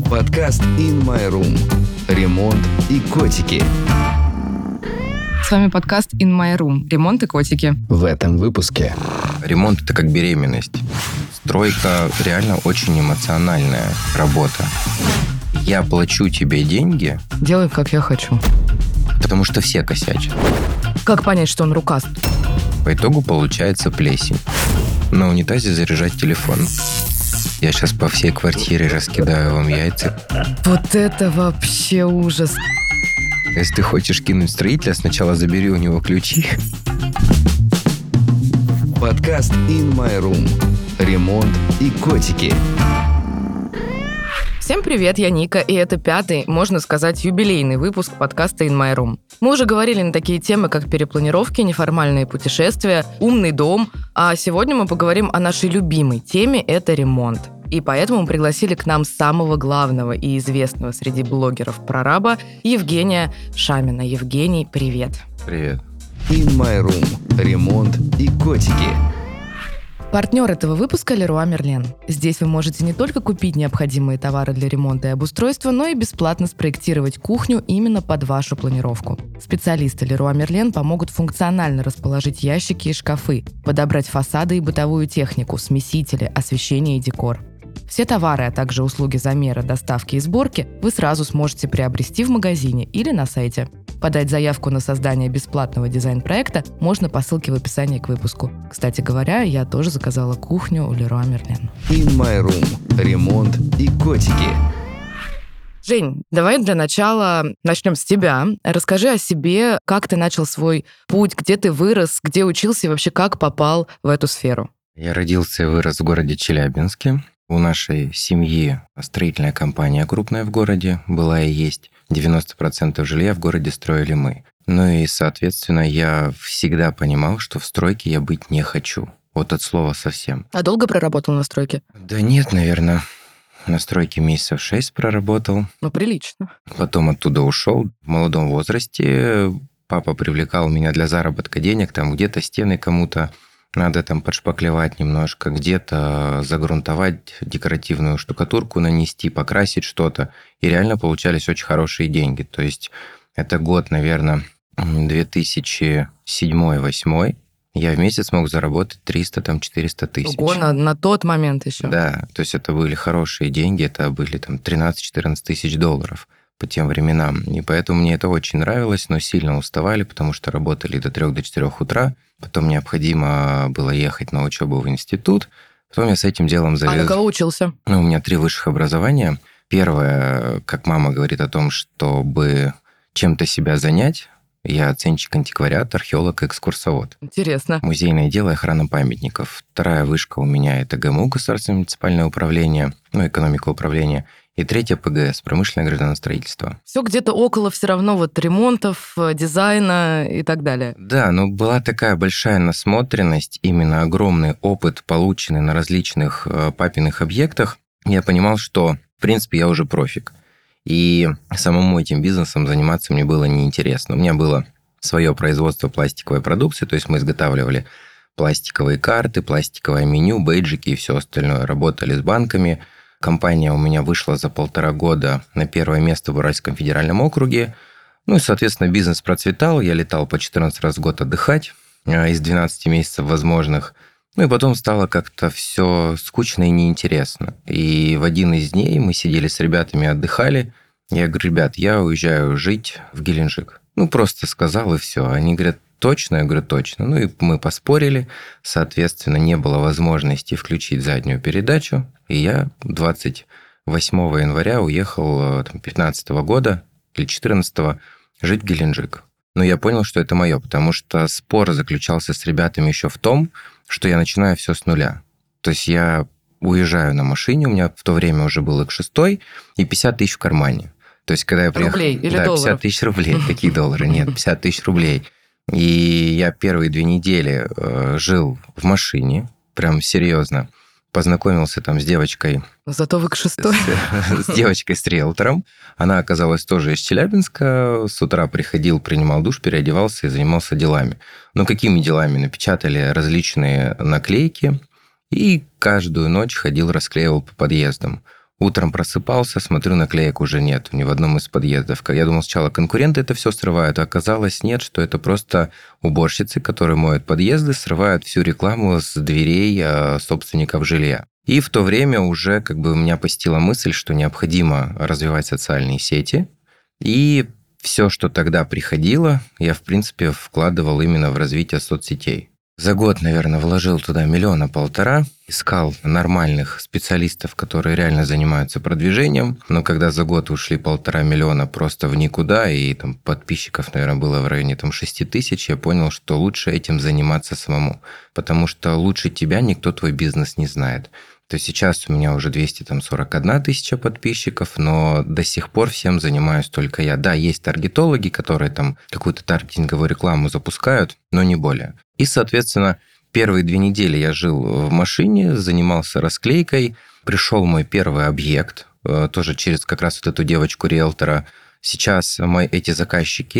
Подкаст In My Room. Ремонт и котики. С вами подкаст In My Room. Ремонт и котики. В этом выпуске. Ремонт – это как беременность. Стройка реально очень эмоциональная работа. Я плачу тебе деньги, Делай, как я хочу. потому что все косячат. Как понять, что он рукаст? По итогу получается плесень. На унитазе заряжать телефон. Я сейчас по всей квартире раскидаю вам яйца. Вот это вообще ужас. Если ты хочешь кинуть строителя, сначала забери у него ключи. Подкаст In My Room. Ремонт и котики. Всем привет, я Ника, и это 5-й, можно сказать, юбилейный выпуск подкаста In My Room. Мы уже говорили на такие темы, как перепланировки, неформальные путешествия, умный дом, а сегодня мы поговорим о нашей любимой теме – это ремонт. И поэтому мы пригласили к нам самого главного и известного среди блогеров-прораба Евгения Шамина. Евгений, привет. Привет. In My Room. Ремонт и котики. Партнер этого выпуска – Леруа Мерлен. Здесь вы можете не только купить необходимые товары для ремонта и обустройства, но и бесплатно спроектировать кухню именно под вашу планировку. Специалисты Леруа Мерлен помогут функционально расположить ящики и шкафы, подобрать фасады и бытовую технику, смесители, освещение и декор. Все товары, а также услуги замера, доставки и сборки вы сразу сможете приобрести в магазине или на сайте. Подать заявку на создание бесплатного дизайн-проекта можно по ссылке в описании к выпуску. Кстати говоря, я тоже заказала кухню у Леруа Мерлен. In My Room. Ремонт и котики. Жень, давай для начала начнем с тебя. Расскажи о себе, как ты начал свой путь, где ты вырос, где учился и вообще как попал в эту сферу. Я родился и вырос в городе Челябинске. У нашей семьи строительная компания крупная в городе была и есть. 90% жилья в городе строили мы. Ну и, соответственно, я всегда понимал, что в стройке я быть не хочу. Вот от слова совсем. А долго проработал на стройке? Да нет, наверное, на стройке месяцев 6 проработал. Ну, прилично. Потом оттуда ушел. В молодом возрасте папа привлекал меня для заработка денег. Там где-то стены кому-то надо там подшпаклевать немножко, где-то загрунтовать, декоративную штукатурку нанести, покрасить что-то. И реально получались очень хорошие деньги. То есть это год, наверное, 2007-2008. Я в месяц мог заработать 300-400 тысяч. Ого, на тот момент еще. Да, то есть это были хорошие деньги, это были там 13-14 тысяч долларов по тем временам. И поэтому мне это очень нравилось, но сильно уставали, потому что работали до 3-4 утра. Потом необходимо было ехать на учебу в институт. Потом я с этим делом залез. А на кого учился? Ну, у меня 3 высших образования. Первое, как мама говорит о том, чтобы чем-то себя занять, я оценщик антиквариата, археолог, экскурсовод. Интересно. Музейное дело и охрана памятников. Вторая вышка у меня – это ГМУ, государственное муниципальное управление, экономика управления. И третья ПГС, промышленное гражданостроительство. Все где-то около все равно вот ремонтов, дизайна и так далее. Да, но была такая большая насмотренность, именно огромный опыт, полученный на различных папиных объектах. Я понимал, что, в принципе, я уже профик. И самому этим бизнесом заниматься мне было неинтересно. У меня было свое производство пластиковой продукции, то есть мы изготавливали пластиковые карты, пластиковое меню, бейджики и все остальное. Работали с банками. Компания у меня вышла за 1,5 года на первое место в Уральском федеральном округе. Ну и, соответственно, бизнес процветал. Я летал по 14 раз в год отдыхать из 12 месяцев возможных. Ну и потом стало как-то все скучно и неинтересно. И в один из дней мы сидели с ребятами, отдыхали. Я говорю: ребят, я уезжаю жить в Геленджик. Просто сказал, и все. Они говорят: точно? Я говорю: точно. Ну и мы поспорили. Соответственно, не было возможности включить заднюю передачу. И я 28 января уехал 15 года или 14 жить в Геленджик. Но я понял, что это мое, потому что спор заключался с ребятами еще в том, что я начинаю все с нуля. То есть я уезжаю на машине, у меня в то время уже был X6 и 50 тысяч в кармане. То есть когда я приехал... Рублей или да, долларов? 50 тысяч рублей. Какие доллары? Нет, 50 тысяч рублей. И я первые 2 недели жил в машине, прям серьезно. Познакомился там с девочкой. Зато вы к шестой. С девочкой, с риэлтором. Она оказалась тоже из Челябинска. С утра приходил, принимал душ, переодевался и занимался делами. Какими делами? Напечатали различные наклейки. И каждую ночь ходил, расклеивал по подъездам. Утром просыпался, смотрю, наклеек уже нет ни в одном из подъездов. Я думал сначала, конкуренты это все срывают, а оказалось нет, что это просто уборщицы, которые моют подъезды, срывают всю рекламу с дверей собственников жилья. И в то время уже меня посетила мысль, что необходимо развивать социальные сети. И все, что тогда приходило, я, в принципе, вкладывал именно в развитие соцсетей. За год, наверное, вложил туда 1,5 миллиона, искал нормальных специалистов, которые реально занимаются продвижением, но когда за год ушли 1,5 миллиона просто в никуда, и там подписчиков, наверное, было в районе 6 тысяч, я понял, что лучше этим заниматься самому, потому что лучше тебя никто твой бизнес не знает. То есть сейчас у меня уже 241 тысяча подписчиков, но до сих пор всем занимаюсь только я. Да, есть таргетологи, которые там какую-то таргетинговую рекламу запускают, но не более. И, соответственно, первые 2 недели я жил в машине, занимался расклейкой. Пришел мой первый объект, тоже через как раз вот эту девочку-риэлтора. Сейчас эти заказчики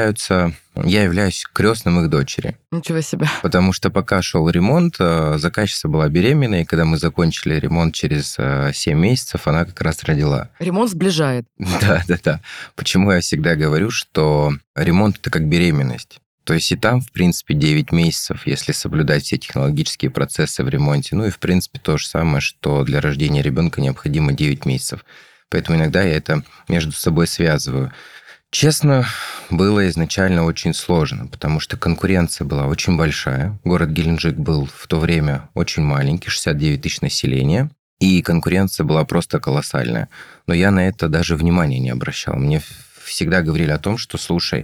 я являюсь крестным их дочери. Ничего себе. Потому что пока шел ремонт, заказчица была беременна, и когда мы закончили ремонт через 7 месяцев, она как раз родила. Ремонт сближает. Да. Почему я всегда говорю, что ремонт – это как беременность. То есть и там, в принципе, 9 месяцев, если соблюдать все технологические процессы в ремонте. Ну и, в принципе, то же самое, что для рождения ребенка необходимо 9 месяцев. Поэтому иногда я это между собой связываю. Честно, было изначально очень сложно, потому что конкуренция была очень большая. Город Геленджик был в то время очень маленький, 69 тысяч населения, и конкуренция была просто колоссальная. Но я на это даже внимания не обращал. Мне всегда говорили о том, что, слушай,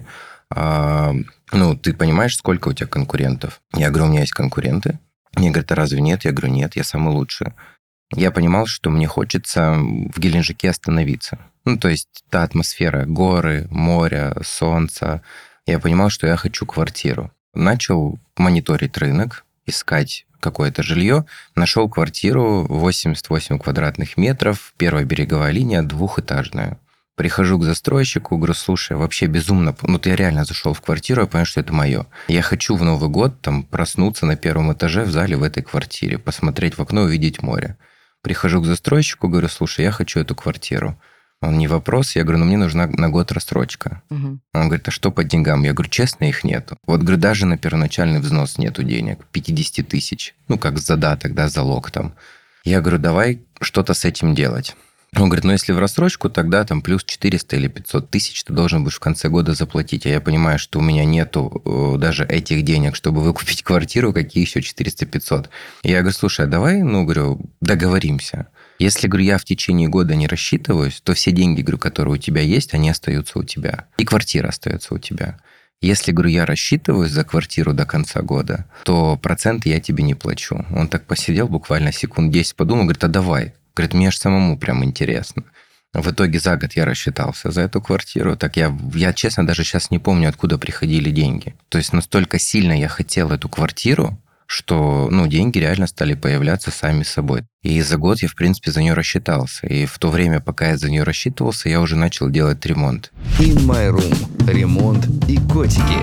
ты понимаешь, сколько у тебя конкурентов? Я говорю, у меня есть конкуренты. Мне говорят, а разве нет? Я говорю, нет, я самый лучший. Я понимал, что мне хочется в Геленджике остановиться. То есть та атмосфера, горы, море, солнце. Я понимал, что я хочу квартиру. Начал мониторить рынок, искать какое-то жилье. Нашел квартиру 88 квадратных метров, первая береговая линия, 2-этажная. Прихожу к застройщику, говорю, слушай, вообще безумно, я реально зашел в квартиру, я понял, что это мое. Я хочу в Новый год проснуться на первом этаже в зале в этой квартире, посмотреть в окно, увидеть море. Прихожу к застройщику, говорю, слушай, я хочу эту квартиру. Он, не вопрос, я говорю, мне нужна на год рассрочка. Угу. Он говорит, а что по деньгам? Я говорю, честно, их нету. Говорю, даже на первоначальный взнос нету денег, 50 тысяч, как задаток, залог там. Я говорю, давай что-то с этим делать. Он говорит, если в рассрочку, тогда плюс 400 или 500 тысяч ты должен будешь в конце года заплатить. А я понимаю, что у меня нету даже этих денег, чтобы выкупить квартиру, какие еще 400-500. Я говорю, слушай, а давай, договоримся. Если, я в течение года не рассчитываюсь, то все деньги, которые у тебя есть, они остаются у тебя. И квартира остается у тебя. Если, я рассчитываюсь за квартиру до конца года, то проценты я тебе не плачу. Он так посидел буквально секунд 10, подумал, говорит, а давай. Говорит, мне аж самому прям интересно. В итоге за год я рассчитался за эту квартиру. Так я честно, даже сейчас не помню, откуда приходили деньги. То есть настолько сильно я хотел эту квартиру, что деньги реально стали появляться сами собой. И за год я, в принципе, за нее рассчитался. И в то время, пока я за нее рассчитывался, я уже начал делать ремонт. In My Room. Ремонт и котики.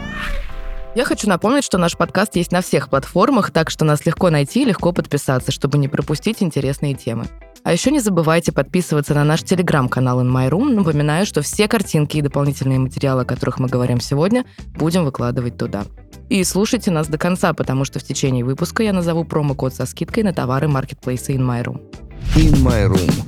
Я хочу напомнить, что наш подкаст есть на всех платформах, так что нас легко найти и легко подписаться, чтобы не пропустить интересные темы. А еще не забывайте подписываться на наш телеграм-канал In My Room. Напоминаю, что все картинки и дополнительные материалы, о которых мы говорим сегодня, будем выкладывать туда. И слушайте нас до конца, потому что в течение выпуска я назову промокод со скидкой на товары маркетплейса In My Room. In My Room.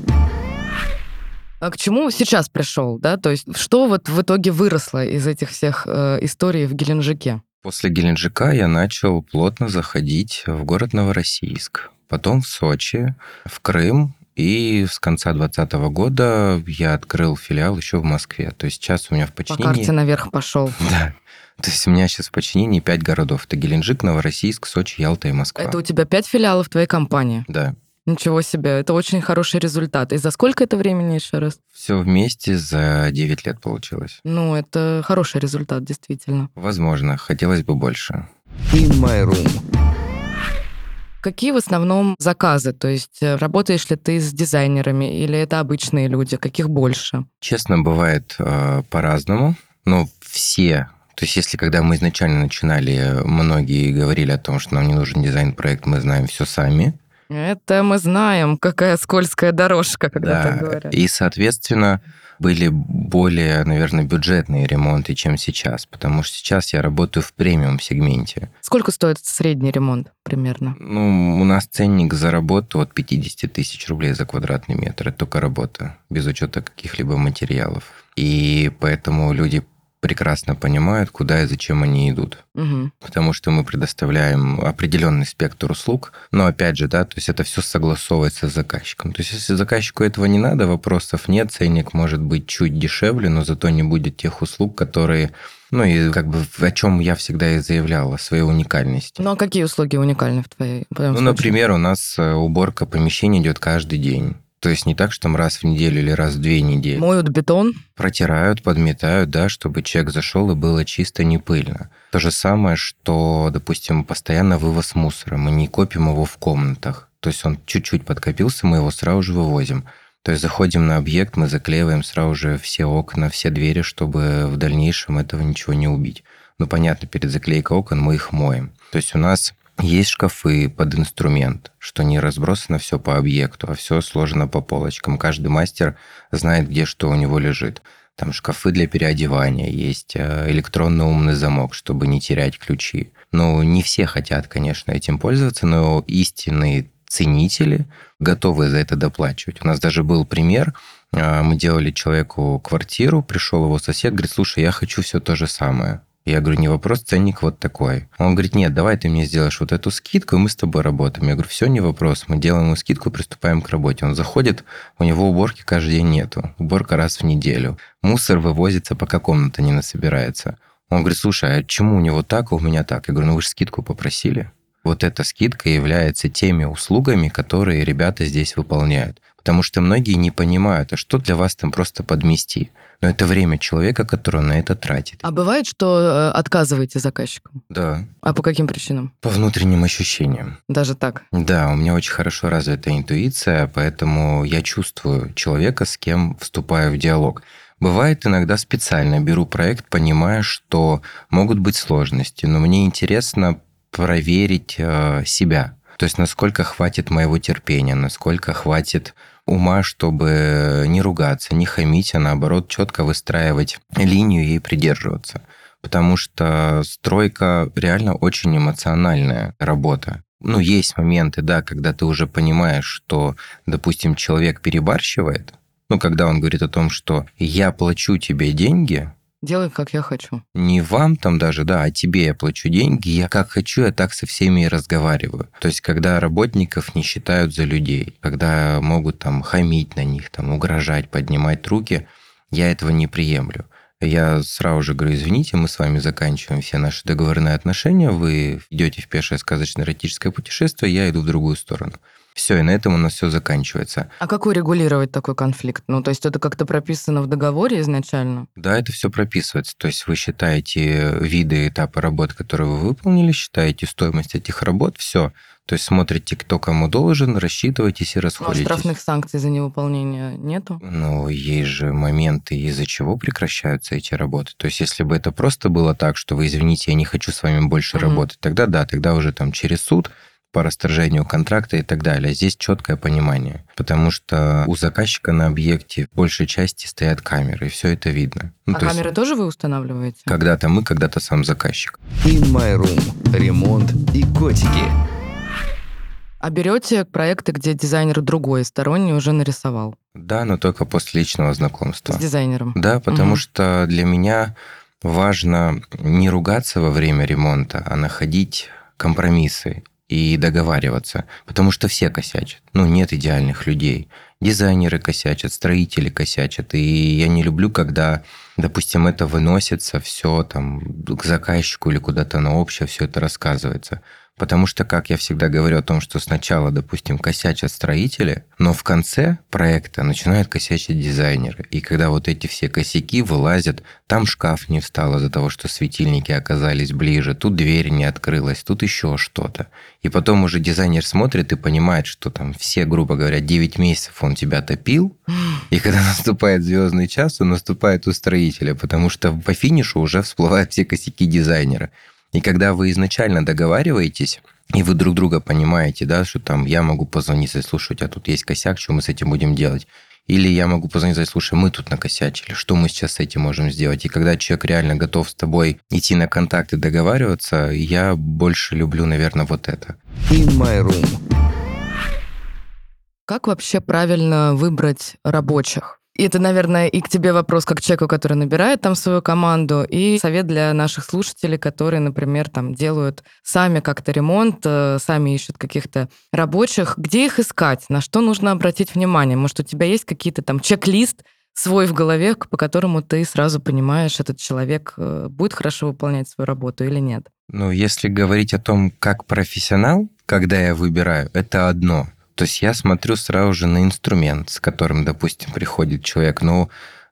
А к чему сейчас пришел, да? То есть что в итоге выросло из этих всех историй в Геленджике? После Геленджика я начал плотно заходить в город Новороссийск, потом в Сочи, в Крым, и с конца 2020 года я открыл филиал еще в Москве. То есть сейчас у меня в подчинении... По карте наверх пошел. Да. То есть у меня сейчас в подчинении 5 городов. Это Геленджик, Новороссийск, Сочи, Ялта и Москва. Это у тебя 5 филиалов твоей компании? Да. Ничего себе, это очень хороший результат. И за сколько это времени еще раз? Все вместе за 9 лет получилось. Это хороший результат, действительно. Возможно, хотелось бы больше. In My Room. Какие в основном заказы? То есть работаешь ли ты с дизайнерами или это обычные люди? Каких больше? Честно, бывает по-разному, но все... То есть если когда мы изначально начинали, многие говорили о том, что нам не нужен дизайн-проект, мы знаем все сами. Это мы знаем, какая скользкая дорожка, когда так Да, говорят. и, соответственно, были более, наверное, бюджетные ремонты, чем сейчас, потому что сейчас я работаю в премиум-сегменте. Сколько стоит средний ремонт примерно? Ну, у нас ценник за работу от 50 тысяч рублей за квадратный метр. Это только работа, без учета каких-либо материалов. И поэтому люди прекрасно понимают, куда и зачем они идут. Угу. Потому что мы предоставляем определенный спектр услуг, но опять же, да, то есть это все согласовывается с заказчиком. То есть если заказчику этого не надо, вопросов нет, ценник может быть чуть дешевле, но зато не будет тех услуг, которые, ну и как бы о чем я всегда и заявлял, о своей уникальности. Ну а какие услуги уникальны в твоем случае? Например, у нас уборка помещений идет каждый день. То есть не так, что там раз в неделю или раз в 2 недели. Моют бетон? Протирают, подметают, да, чтобы человек зашел и было чисто, не пыльно. То же самое, что, допустим, постоянно вывоз мусора. Мы не копим его в комнатах. То есть он чуть-чуть подкопился, мы его сразу же вывозим. То есть заходим на объект, мы заклеиваем сразу же все окна, все двери, чтобы в дальнейшем этого ничего не убить. Ну, понятно, перед заклейкой окон мы их моем. То есть у нас есть шкафы под инструмент, что не разбросано все по объекту, а все сложено по полочкам. Каждый мастер знает, где что у него лежит. Там шкафы для переодевания, есть электронный умный замок, чтобы не терять ключи. Ну, не все хотят, конечно, этим пользоваться, но истинные ценители готовы за это доплачивать. У нас даже был пример, мы делали человеку квартиру, пришел его сосед, говорит, слушай, я хочу все то же самое. Я говорю, не вопрос, ценник вот такой. Он говорит, нет, давай ты мне сделаешь вот эту скидку, и мы с тобой работаем. Я говорю, все, не вопрос, мы делаем ему скидку, приступаем к работе. Он заходит, у него уборки каждый день нету, уборка раз в неделю. Мусор вывозится, пока комната не насобирается. Он говорит, слушай, а почему у него так, а у меня так? Я говорю, ну вы же скидку попросили. Вот эта скидка является теми услугами, которые ребята здесь выполняют. Потому что многие не понимают, а что для вас там просто подмести. Но это время человека, которое на это тратит. А бывает, что отказываете заказчику? Да. А по каким причинам? По внутренним ощущениям. Даже так? Да, у меня очень хорошо развита интуиция, поэтому я чувствую человека, с кем вступаю в диалог. Бывает, иногда специально беру проект, понимая, что могут быть сложности, но мне интересно проверить себя. То есть насколько хватит моего терпения, насколько хватит ума, чтобы не ругаться, не хамить, а наоборот четко выстраивать линию и придерживаться. Потому что стройка реально очень эмоциональная работа. Ну, есть моменты, да, когда ты уже понимаешь, что, допустим, человек перебарщивает, ну, когда он говорит о том, что я плачу тебе деньги, делай, как я хочу. не вам там даже, да, а тебе я плачу деньги, я как хочу, я так со всеми и разговариваю. То есть, когда работников не считают за людей, когда могут там хамить на них, там угрожать, поднимать руки, я этого не приемлю. Я сразу же говорю, извините, мы с вами заканчиваем все наши договорные отношения, вы идете в пешее сказочно-эротическое путешествие, я иду в другую сторону. Все, и на этом у нас все заканчивается. А как урегулировать такой конфликт? Ну, то есть это как-то прописано в договоре изначально? Да, это все прописывается. То есть вы считаете виды, этапы работ, которые вы выполнили, считаете стоимость этих работ, все. То есть смотрите, кто кому должен, рассчитываетесь и расходитесь. А штрафных санкций за невыполнение нету? Ну, есть же моменты, из-за чего прекращаются эти работы. То есть если бы это просто было так, что вы, извините, я не хочу с вами больше работать, тогда да, тогда уже там через суд, по расторжению контракта и так далее. Здесь четкое понимание, потому что у заказчика на объекте в большей части стоят камеры, и все это видно. Ну, а камеры тоже вы устанавливаете? Когда-то мы, когда-то сам заказчик. In My Room. Ремонт и котики. А берете проекты, где дизайнер другой, сторонний уже нарисовал? Да, но только после личного знакомства. С дизайнером? Да, потому что для меня важно не ругаться во время ремонта, а находить компромиссы и договариваться, потому что все косячат. Ну, нет идеальных людей. Дизайнеры косячат, строители косячат, и я не люблю, когда, допустим, это выносится все там к заказчику или куда-то на общее, все это рассказывается. Потому что, как я всегда говорю о том, что сначала, допустим, косячат строители, но в конце проекта начинают косячить дизайнеры. И когда вот эти все косяки вылазят, там шкаф не встал из-за того, что светильники оказались ближе, тут дверь не открылась, тут еще что-то. И потом уже дизайнер смотрит и понимает, что там все, грубо говоря, 9 месяцев он тебя топил, и когда наступает звездный час, он наступает у строителя, потому что по финишу уже всплывают все косяки дизайнера. И когда вы изначально договариваетесь, и вы друг друга понимаете, да, что там я могу позвонить, сказать, слушай, у тебя тут есть косяк, что мы с этим будем делать? Или я могу позвонить, сказать, слушай, мы тут накосячили, что мы сейчас с этим можем сделать? И когда человек реально готов с тобой идти на контакт и договариваться, я больше люблю, наверное, вот это. In My Room. Как вообще правильно выбрать рабочих? И это, наверное, и к тебе вопрос как к человеку, который набирает там свою команду, и совет для наших слушателей, которые, например, там делают сами как-то ремонт, сами ищут каких-то рабочих. Где их искать? На что нужно обратить внимание? Может, у тебя есть какие-то там чек-лист свой в голове, по которому ты сразу понимаешь, этот человек будет хорошо выполнять свою работу или нет? Ну, если говорить о том, как профессионал, когда я выбираю, это одно. То есть я смотрю сразу же на инструмент, с которым, допустим, приходит человек. Но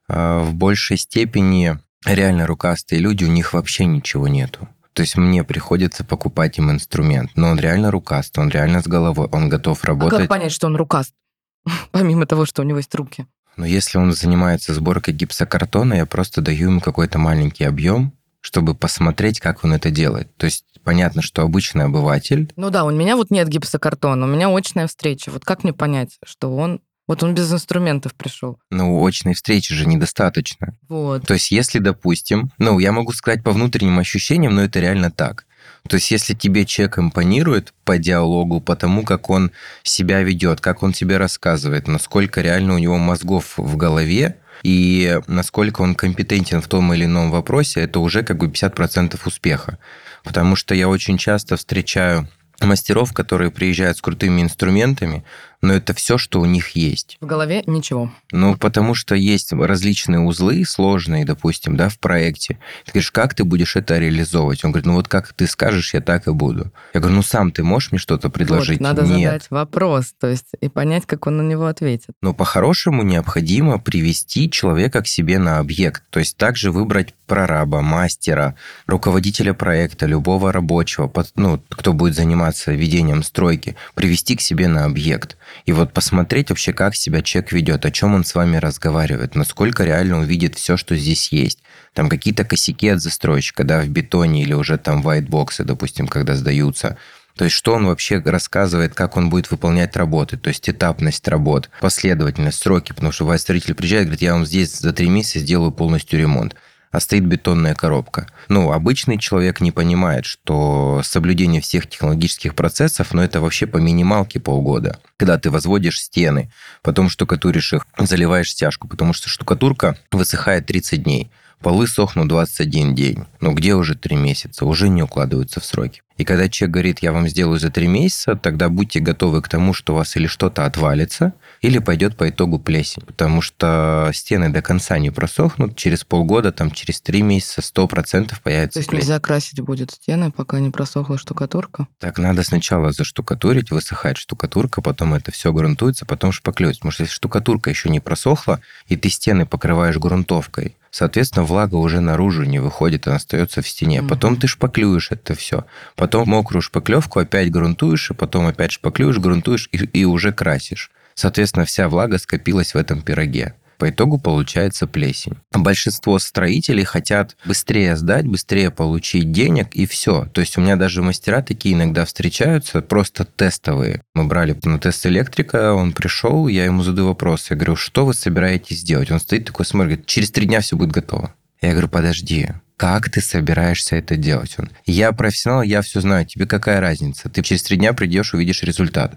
в большей степени реально рукастые люди, у них вообще ничего нету. То есть мне приходится покупать им инструмент. Но он реально рукастый, он реально с головой, он готов работать. А как понять, что он рукаст? Помимо того, что у него есть руки. Но если он занимается сборкой гипсокартона, я просто даю ему какой-то маленький объем, чтобы посмотреть, как он это делает. То есть понятно, что обычный обыватель... Ну да, у меня вот нет гипсокартона, у меня очная встреча. Вот как мне понять, что он... Вот он без инструментов пришел. Ну, очной встречи же недостаточно. Вот. То есть если, допустим... Ну, я могу сказать по внутренним ощущениям, но это реально так. То есть если тебе человек импонирует по диалогу, по тому, как он себя ведет, как он тебе рассказывает, насколько реально у него мозгов в голове, и насколько он компетентен в том или ином вопросе, это уже как бы 50% успеха. Потому что я очень часто встречаю мастеров, которые приезжают с крутыми инструментами, но это все, что у них есть. В голове ничего. Ну, потому что есть различные узлы сложные, допустим, да, в проекте. Ты говоришь, как ты будешь это реализовывать? Он говорит, ну вот как ты скажешь, я так и буду. Я говорю, ну сам ты можешь мне что-то предложить? Вот, надо Нет. задать вопрос, то есть и понять, как он на него ответит. Но по-хорошему необходимо привести человека к себе на объект. То есть также выбрать прораба, мастера, руководителя проекта, любого рабочего, ну, кто будет заниматься ведением стройки, привести к себе на объект. И вот посмотреть вообще, как себя человек ведет, о чем он с вами разговаривает, насколько реально он видит все, что здесь есть. Там какие-то косяки от застройщика, да, в бетоне или уже там вайтбоксы, допустим, когда сдаются. То есть что он вообще рассказывает, как он будет выполнять работы, то есть этапность работ, последовательность, сроки, потому что бывает, строитель приезжает и говорит, я вам здесь за 3 месяца сделаю полностью ремонт. А стоит бетонная коробка. Ну, обычный человек не понимает, что соблюдение всех технологических процессов, ну, это вообще по минималке полгода. Когда ты возводишь стены, потом штукатуришь их, заливаешь стяжку, потому что штукатурка высыхает 30 дней. Полы сохнут 21 день. Ну, где уже 3 месяца? Уже не укладываются в сроки. И когда человек говорит, я вам сделаю за 3 месяца, тогда будьте готовы к тому, что у вас или что-то отвалится, или пойдет по итогу плесень. Потому что стены до конца не просохнут. Через полгода, там, через 3 месяца 100% появится То есть плесень. нельзя красить будет стены, пока не просохла штукатурка? Так надо сначала заштукатурить, высыхает штукатурка, потом это все грунтуется, потом шпаклюется. Потому что если штукатурка еще не просохла, и ты стены покрываешь грунтовкой, соответственно, влага уже наружу не выходит, она остается в стене. Потом ты шпаклюешь это все. Потом мокрую шпаклевку опять грунтуешь, и потом опять шпаклюешь, грунтуешь и уже красишь. Соответственно, вся влага скопилась в этом пироге. По итогу получается плесень. Большинство строителей хотят быстрее сдать, быстрее получить денег, и все. То есть у меня даже мастера такие иногда встречаются, просто тестовые. Мы брали на тест электрика, он пришел, я ему задаю вопрос. Я говорю, что вы собираетесь делать? Он стоит такой, смотрит, говорит, через 3 дня все будет готово. Я говорю, подожди, как ты собираешься это делать? Он, я профессионал, я все знаю, тебе какая разница? Ты через 3 дня придешь, увидишь результат.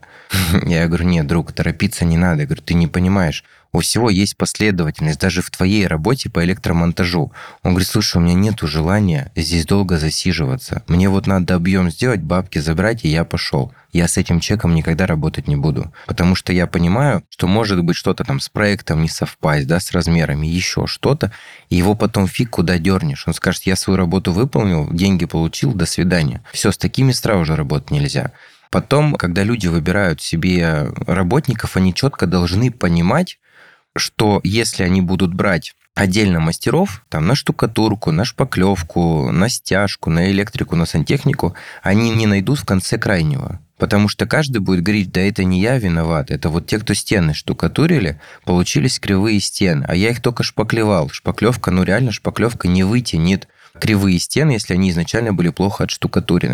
Я говорю, нет, друг, торопиться не надо. Я говорю, ты не понимаешь. У всего есть последовательность, даже в твоей работе по электромонтажу. Он говорит, слушай, у меня нету желания здесь долго засиживаться. Мне вот надо объем сделать, бабки забрать, и я пошел. Я с этим человеком никогда работать не буду. Потому что я понимаю, что может быть что-то там с проектом не совпасть, да, с размерами, еще что-то, и его потом фиг куда дернешь. Он скажет, я свою работу выполнил, деньги получил, до свидания. Все, с такими сразу же работать нельзя. Потом, когда люди выбирают себе работников, они четко должны понимать, что если они будут брать отдельно мастеров, там, на штукатурку, на шпаклевку, на стяжку, на электрику, на сантехнику, они не найдут в конце крайнего. Потому что каждый будет говорить, да это не я виноват, это вот те, кто стены штукатурили, получились кривые стены, а я их только шпаклевал. Шпаклевка, ну реально шпаклевка не вытянет кривые стены, если они изначально были плохо отштукатурены.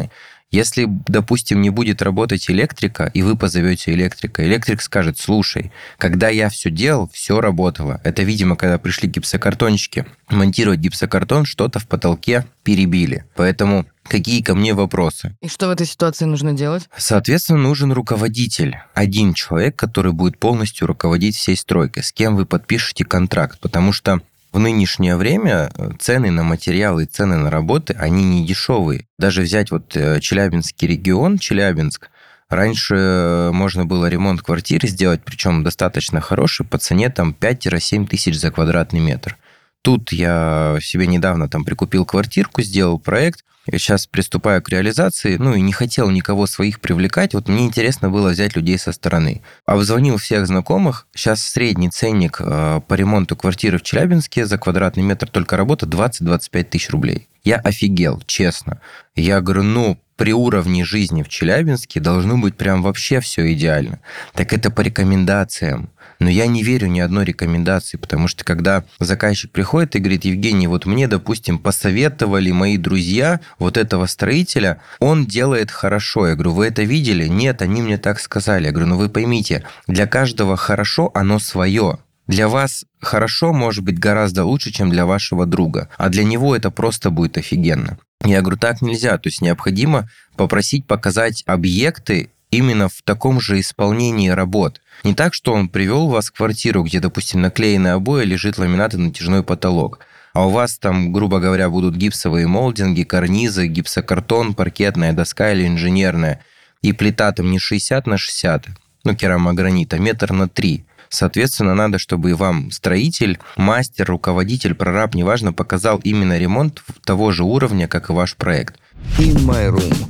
Если, допустим, не будет работать электрика, и вы позовете электрика, электрик скажет: слушай, когда я все делал, все работало. Это, видимо, когда пришли гипсокартонщики монтировать гипсокартон, что-то в потолке перебили. Поэтому какие ко мне вопросы? И что в этой ситуации нужно делать? Соответственно, нужен руководитель. Один человек, который будет полностью руководить всей стройкой, с кем вы подпишете контракт. Потому что в нынешнее время цены на материалы и цены на работы, они не дешевые. Даже взять вот Челябинский регион, Челябинск, раньше можно было ремонт квартиры сделать, причем достаточно хороший, по цене там 5-7 тысяч за квадратный метр. Тут я себе недавно там прикупил квартирку, сделал проект, и сейчас приступаю к реализации, и не хотел никого своих привлекать, вот мне интересно было взять людей со стороны. Обзвонил всех знакомых, сейчас средний ценник по ремонту квартиры в Челябинске за квадратный метр только работа 20-25 тысяч рублей. Я офигел, честно. Я говорю, при уровне жизни в Челябинске должно быть прям вообще все идеально. Так это по рекомендациям. Но я не верю ни одной рекомендации, потому что когда заказчик приходит и говорит: Евгений, вот мне, допустим, посоветовали мои друзья вот этого строителя, он делает хорошо. Я говорю: вы это видели? Нет, они мне так сказали. Я говорю: вы поймите, для каждого хорошо оно свое. Для вас хорошо может быть гораздо лучше, чем для вашего друга, а для него это просто будет офигенно. Я говорю: так нельзя, то есть необходимо попросить показать объекты именно в таком же исполнении работ. Не так, что он привел вас в квартиру, где, допустим, наклеены обои, лежит ламинат и натяжной потолок, а у вас там, грубо говоря, будут гипсовые молдинги, карнизы, гипсокартон, паркетная доска или инженерная, и плита там не 60 на 60, керамогранит, а метр на 3. Соответственно, надо, чтобы и вам строитель, мастер, руководитель, прораб, неважно, показал именно ремонт того же уровня, как и ваш проект. In My Room.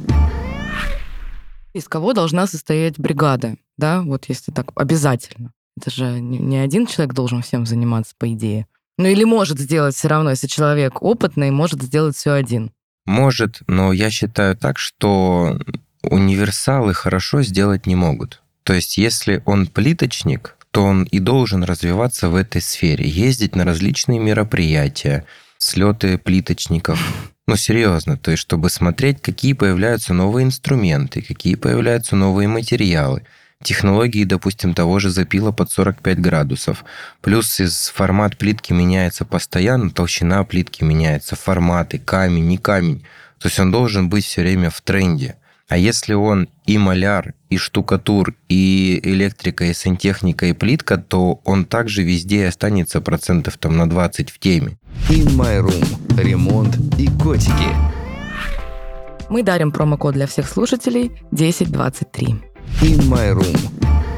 Из кого должна состоять бригада? Да, вот если так обязательно. Это же не один человек должен всем заниматься, по идее. Или может сделать все равно, если человек опытный, может сделать все один. Может, но я считаю так, что универсалы хорошо сделать не могут. То есть, если он плиточник, то он и должен развиваться в этой сфере, ездить на различные мероприятия, слеты плиточников. Серьезно, то есть, чтобы смотреть, какие появляются новые инструменты, какие появляются новые материалы, технологии, допустим, того же запила под 45 градусов. Плюс формат плитки меняется постоянно, толщина плитки меняется, форматы, камень, не камень. То есть он должен быть все время в тренде. А если он и маляр, и штукатур, и электрика, и сантехника, и плитка, то он также везде останется процентов на 20 в теме. In My Room. Ремонт и котики. Мы дарим промокод для всех слушателей 1023. In My Room.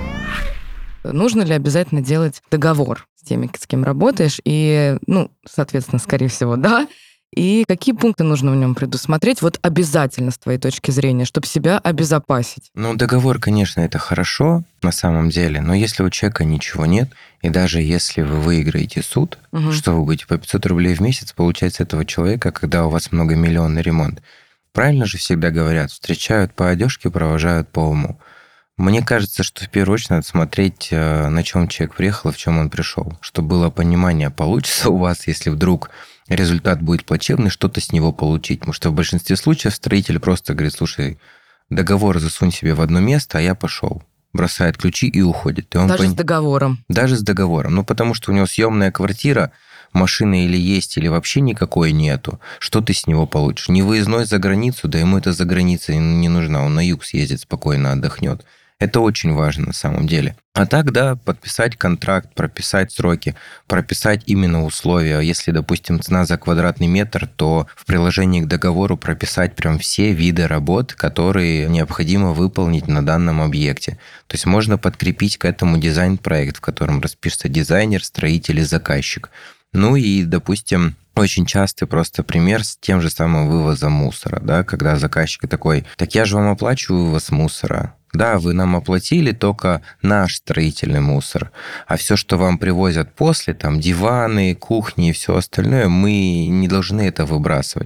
Нужно ли обязательно делать договор с теми, с кем работаешь? И, соответственно, скорее всего, да. И какие пункты нужно в нем предусмотреть, вот обязательно с твоей точки зрения, чтобы себя обезопасить? Договор, конечно, это хорошо на самом деле, но если у человека ничего нет, и даже если вы выиграете суд, что вы будете по 500 рублей в месяц получать с этого человека, когда у вас многомиллионный ремонт? Правильно же всегда говорят: встречают по одежке, провожают по уму. Мне кажется, что в первую очередь надо смотреть, на чем человек приехал и в чем он пришел, чтобы было понимание, получится у вас, если вдруг результат будет плачевный, что-то с него получить. Потому что в большинстве случаев строитель просто говорит: слушай, договор засунь себе в одно место, а я пошел. Бросает ключи и уходит. И он Даже с договором? Даже с договором. Потому что у него съемная квартира, машины или есть, или вообще никакой нету. Что ты с него получишь? Не выездной за границу, да ему это за границей не нужна. Он на юг съездит, спокойно отдохнет. Это очень важно на самом деле. А так, да, подписать контракт, прописать сроки, прописать именно условия. Если, допустим, цена за квадратный метр, то в приложении к договору прописать прям все виды работ, которые необходимо выполнить на данном объекте. То есть можно подкрепить к этому дизайн-проект, в котором распишется дизайнер, строитель и заказчик. И, допустим, очень частый просто пример с тем же самым вывозом мусора, да, когда заказчик такой: так я же вам оплачиваю вывоз мусора. Да, вы нам оплатили только наш строительный мусор, а все, что вам привозят после, там диваны, кухни и все остальное, мы не должны это выбрасывать.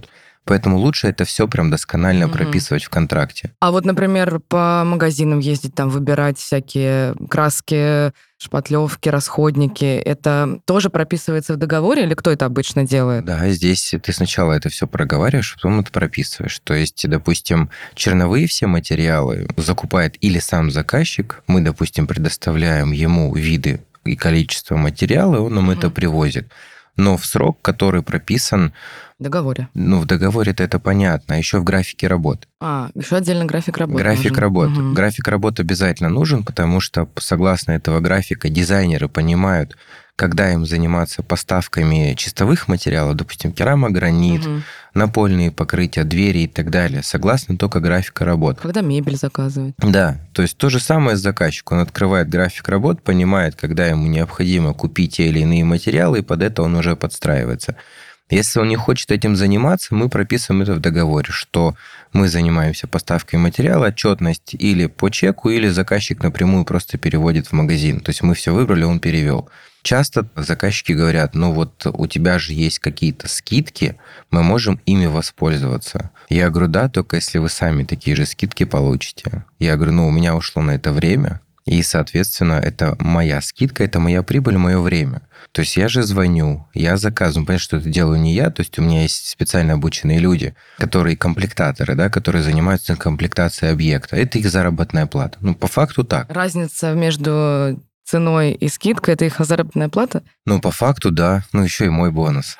Поэтому лучше это все прям досконально прописывать в контракте. А вот, например, по магазинам ездить, там выбирать всякие краски, шпатлевки, расходники, это тоже прописывается в договоре или кто это обычно делает? Да, здесь ты сначала это все проговариваешь, потом это прописываешь. То есть, допустим, черновые все материалы закупает или сам заказчик, мы, допустим, предоставляем ему виды и количество материала, он нам это привозит. Но в срок, который прописан... В договоре. В договоре-то это понятно, а еще в графике работы. Еще отдельно график работы. График работы. График работы обязательно нужен, потому что, согласно этого графика, дизайнеры понимают, когда им заниматься поставками чистовых материалов, допустим, керамогранит, напольные покрытия, двери и так далее, согласно только графика работы. Когда мебель заказывать. Да, то есть то же самое с заказчиком. Он открывает график работ, понимает, когда ему необходимо купить те или иные материалы, и под это он уже подстраивается. Если он не хочет этим заниматься, мы прописываем это в договоре, что мы занимаемся поставкой материала, отчетность или по чеку, или заказчик напрямую просто переводит в магазин. То есть мы все выбрали, он перевел. Часто заказчики говорят, у тебя же есть какие-то скидки, мы можем ими воспользоваться. Я говорю, да, только если вы сами такие же скидки получите. Я говорю, у меня ушло на это время, и, соответственно, это моя скидка, это моя прибыль, мое время. То есть я же звоню, я заказываю. Понятно, что это делаю не я, то есть у меня есть специально обученные люди, которые комплектаторы, да, которые занимаются комплектацией объекта. Это их заработная плата. По факту так. Разница между ценой и скидкой – это их заработная плата? По факту, да. Еще и мой бонус.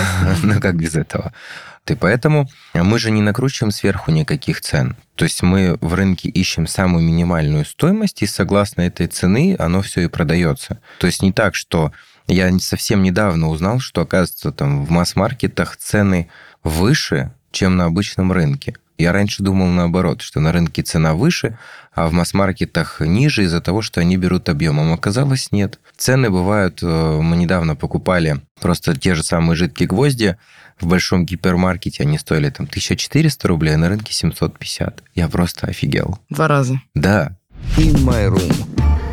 Как без этого? И поэтому мы же не накручиваем сверху никаких цен. То есть мы в рынке ищем самую минимальную стоимость, и согласно этой цены оно все и продается. То есть не так, что я совсем недавно узнал, что, оказывается, там в масс-маркетах цены выше, чем на обычном рынке. Я раньше думал наоборот, что на рынке цена выше, а в масс-маркетах ниже из-за того, что они берут объемом. Оказалось, нет. Цены бывают... Мы недавно покупали просто те же самые жидкие гвозди. В большом гипермаркете они стоили 1400 рублей, а на рынке 750. Я просто офигел. 2 раза. Да. In My Room.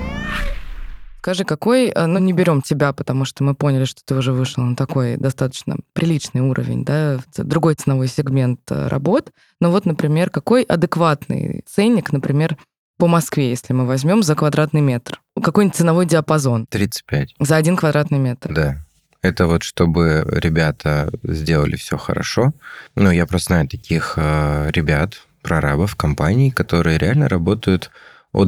Скажи, какой, не берем тебя, потому что мы поняли, что ты уже вышел на такой достаточно приличный уровень, да, другой ценовой сегмент работ. Но например, какой адекватный ценник, например, по Москве, если мы возьмем за квадратный метр? Какой-нибудь ценовой диапазон? 35. За 1 квадратный метр? Да. Это чтобы ребята сделали все хорошо. Я просто знаю таких ребят, прорабов, компаний, которые реально работают от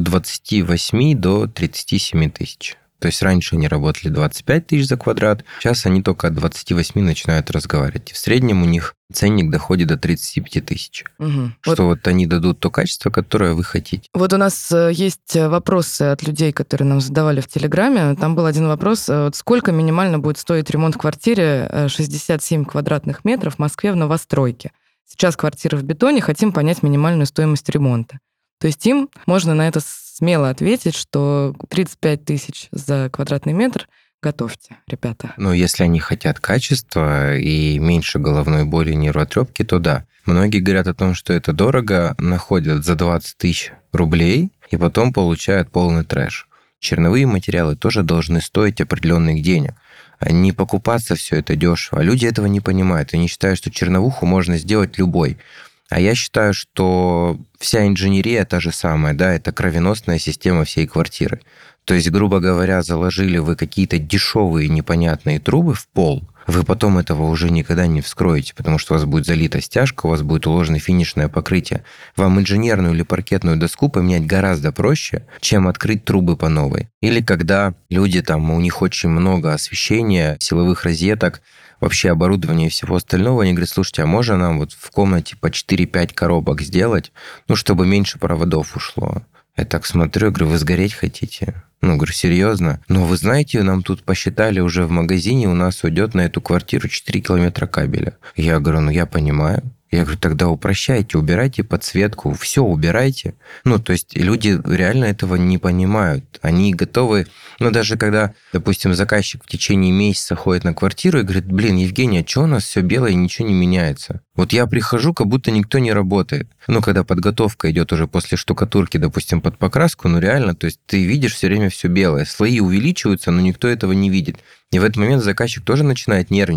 28 до 37 тысяч. То есть раньше они работали 25 тысяч за квадрат, сейчас они только от 28 начинают разговаривать. И в среднем у них ценник доходит до 35 тысяч. Что они дадут то качество, которое вы хотите. У нас есть вопросы от людей, которые нам задавали в Телеграме. Там был один вопрос. Сколько минимально будет стоить ремонт в квартире 67 квадратных метров в Москве в новостройке? Сейчас квартира в бетоне, хотим понять минимальную стоимость ремонта. То есть им можно на это смело ответить, что 35 тысяч за квадратный метр готовьте, ребята. Если они хотят качества и меньше головной боли и нервотрепки, то да. Многие говорят о том, что это дорого, находят за 20 тысяч рублей и потом получают полный трэш. Черновые материалы тоже должны стоить определенных денег. Не покупаться все это дешево. А люди этого не понимают. Они считают, что черновуху можно сделать любой. А я считаю, что вся инженерия та же самая, да, это кровеносная система всей квартиры. То есть, грубо говоря, заложили вы какие-то дешевые непонятные трубы в пол, вы потом этого уже никогда не вскроете, потому что у вас будет залита стяжка, у вас будет уложено финишное покрытие. Вам инженерную или паркетную доску поменять гораздо проще, чем открыть трубы по новой. Или когда люди у них очень много освещения, силовых розеток, вообще оборудование и всего остального, они говорят, слушайте, а можно нам в комнате по 4-5 коробок сделать, чтобы меньше проводов ушло? Я так смотрю, говорю, вы сгореть хотите? Говорю, серьезно? Вы знаете, нам тут посчитали уже в магазине, у нас уйдет на эту квартиру 4 километра кабеля. Я говорю, я понимаю. Я говорю, тогда упрощайте, убирайте подсветку, все убирайте. То есть люди реально этого не понимают. Они готовы, даже когда, допустим, заказчик в течение месяца ходит на квартиру и говорит, Евгений, а что у нас все белое и ничего не меняется? Я прихожу, как будто никто не работает. Когда подготовка идет уже после штукатурки, допустим, под покраску, реально, то есть ты видишь все время все белое. Слои увеличиваются, но никто этого не видит. И в этот момент заказчик тоже начинает нервничать.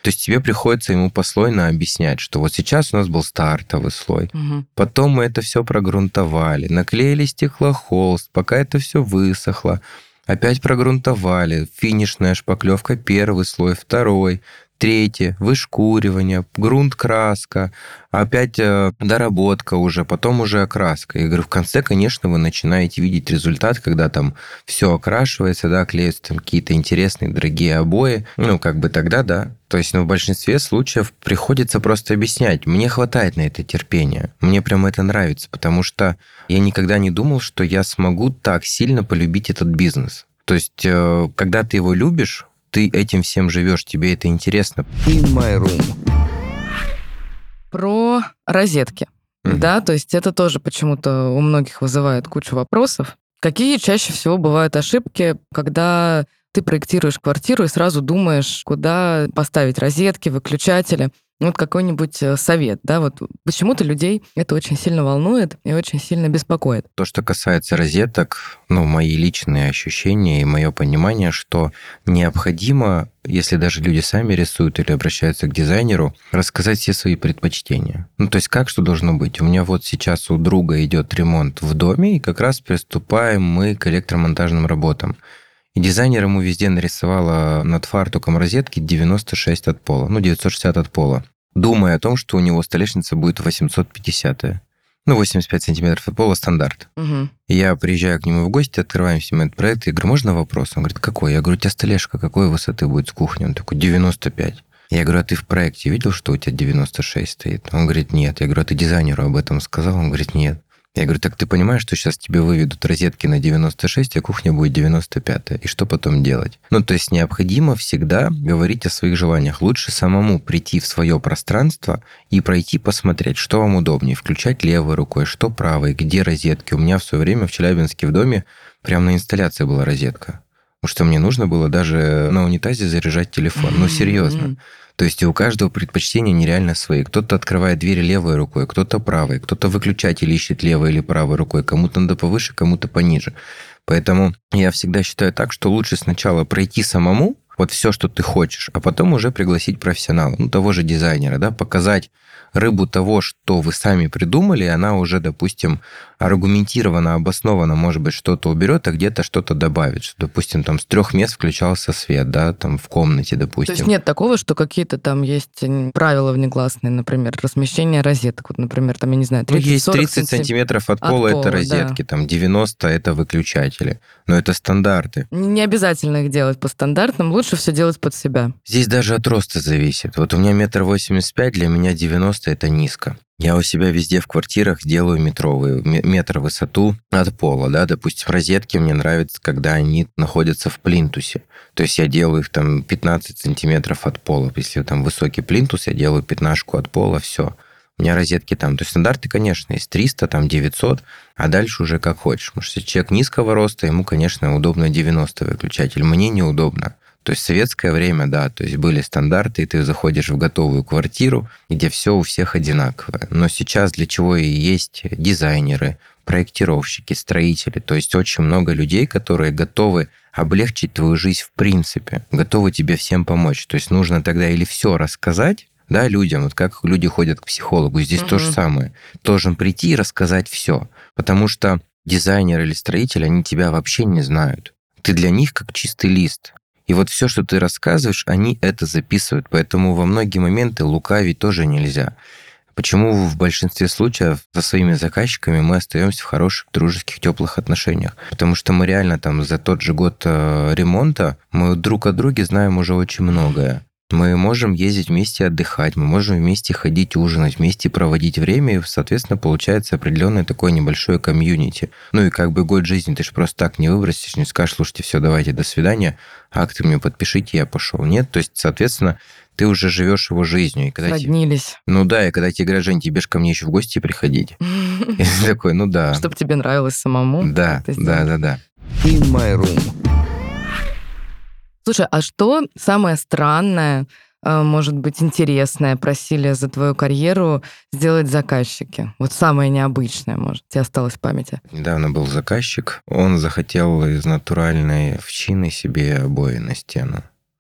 То есть тебе приходится ему послойно объяснять, что вот сейчас у нас был стартовый слой, потом мы это все прогрунтовали, наклеили стеклохолст, пока это все высохло, опять прогрунтовали, финишная шпаклевка, первый слой, второй, третий, вышкуривание, грунт-краска, опять доработка уже, потом уже окраска. Я говорю, в конце, конечно, вы начинаете видеть результат, когда там все окрашивается, да, клеятся там какие-то интересные дорогие обои. Тогда, да. То есть, в большинстве случаев приходится просто объяснять. Мне хватает на это терпения. Мне прям это нравится, потому что я никогда не думал, что я смогу так сильно полюбить этот бизнес. То есть, когда ты его любишь, ты этим всем живешь, тебе это интересно. In My Room. Про розетки. Да, то есть это тоже почему-то у многих вызывает кучу вопросов. Какие чаще всего бывают ошибки, когда ты проектируешь квартиру и сразу думаешь, куда поставить розетки, выключатели? Вот какой-нибудь совет, да, вот почему-то людей это очень сильно волнует и очень сильно беспокоит. То, что касается розеток, мои личные ощущения и мое понимание, что необходимо, если даже люди сами рисуют или обращаются к дизайнеру, рассказать все свои предпочтения. То есть как что должно быть. У меня вот сейчас у друга идет ремонт в доме, и как раз приступаем мы к электромонтажным работам. И дизайнер ему везде нарисовала над фартуком розетки 96 от пола, 960 от пола, думая о том, что у него столешница будет 850. 85 сантиметров от пола стандарт. Угу. И я приезжаю к нему в гости, открываем с ним этот проект, и говорю, можно вопрос? Он говорит, какой? Я говорю, у тебя столешка какой высоты будет с кухни? Он такой, 95. Я говорю, а ты в проекте видел, что у тебя 96 стоит? Он говорит, нет. Я говорю, а ты дизайнеру об этом сказал? Он говорит, нет. Я говорю, так ты понимаешь, что сейчас тебе выведут розетки на 96, а кухня будет 95, и что потом делать? То есть необходимо всегда говорить о своих желаниях. Лучше самому прийти в свое пространство и пройти посмотреть, что вам удобнее. Включать левой рукой, что правой, где розетки. У меня в свое время в Челябинске в доме прямо на инсталляции была розетка. Потому что мне нужно было даже на унитазе заряжать телефон. Серьезно. То есть у каждого предпочтения нереально свои. Кто-то открывает двери левой рукой, кто-то правой, кто-то выключатель ищет левой или правой рукой, кому-то надо повыше, кому-то пониже. Поэтому я всегда считаю так, что лучше сначала пройти самому вот все, что ты хочешь, а потом уже пригласить профессионала, того же дизайнера, да, показать рыбу того, что вы сами придумали, она уже, допустим, аргументированно, обоснованно, может быть, что-то уберет, а где-то что-то добавит. Что, допустим, там с 3 мест включался свет, да, там в комнате, допустим. То есть нет такого, что какие-то там есть правила внегласные, например, размещение розеток. Вот, например, там, я не знаю, 30-40 есть 30 сантиметров от пола, это розетки, да. Там 90 это выключатели. Но это стандарты. Не обязательно их делать по стандартам, лучше все делать под себя. Здесь даже от роста зависит. Вот у меня 1,85 м, для меня 90 это низко. Я у себя везде в квартирах делаю метровые, метр высоту от пола, да, допустим, розетки мне нравятся, когда они находятся в плинтусе. То есть я делаю их там 15 сантиметров от пола. Если там высокий плинтус, я делаю 15 от пола, все. У меня розетки там, то есть стандарты, конечно, есть 300, там 900, а дальше уже как хочешь. Потому что если человек низкого роста, ему, конечно, удобно 90 выключатель. Мне неудобно. То есть в советское время, да, то есть были стандарты, и ты заходишь в готовую квартиру, где все у всех одинаковое. Но сейчас для чего и есть дизайнеры, проектировщики, строители, то есть очень много людей, которые готовы облегчить твою жизнь в принципе, готовы тебе всем помочь. То есть нужно тогда или все рассказать, да, людям, вот как люди ходят к психологу, здесь то же самое. Должен прийти и рассказать все, потому что дизайнер или строитель, они тебя вообще не знают. Ты для них как чистый лист. И вот все, что ты рассказываешь, они это записывают. Поэтому во многие моменты лукавить тоже нельзя. Почему в большинстве случаев со своими заказчиками мы остаемся в хороших, дружеских, теплых отношениях? Потому что мы реально там за тот же год ремонта мы друг о друге знаем уже очень многое. Мы можем ездить вместе отдыхать, мы можем вместе ходить ужинать, вместе проводить время, и, соответственно, получается определенное такое небольшое комьюнити. И как бы год жизни ты же просто так не выбросишь, не скажешь, слушайте, все, давайте, до свидания, акты мне подпишите, я пошел. Нет, то есть, соответственно, ты уже живешь его жизнью. Роднились. И когда тебе говорят, Жень, тебе же ко мне еще в гости приходить. И ты такой, да. Чтобы тебе нравилось самому. Да. In My Room. Слушай, а что самое странное, может быть, интересное просили за твою карьеру сделать заказчики? Вот самое необычное, может, тебе осталось в памяти? Недавно был заказчик, он захотел из натуральной овчины себе обои на стену.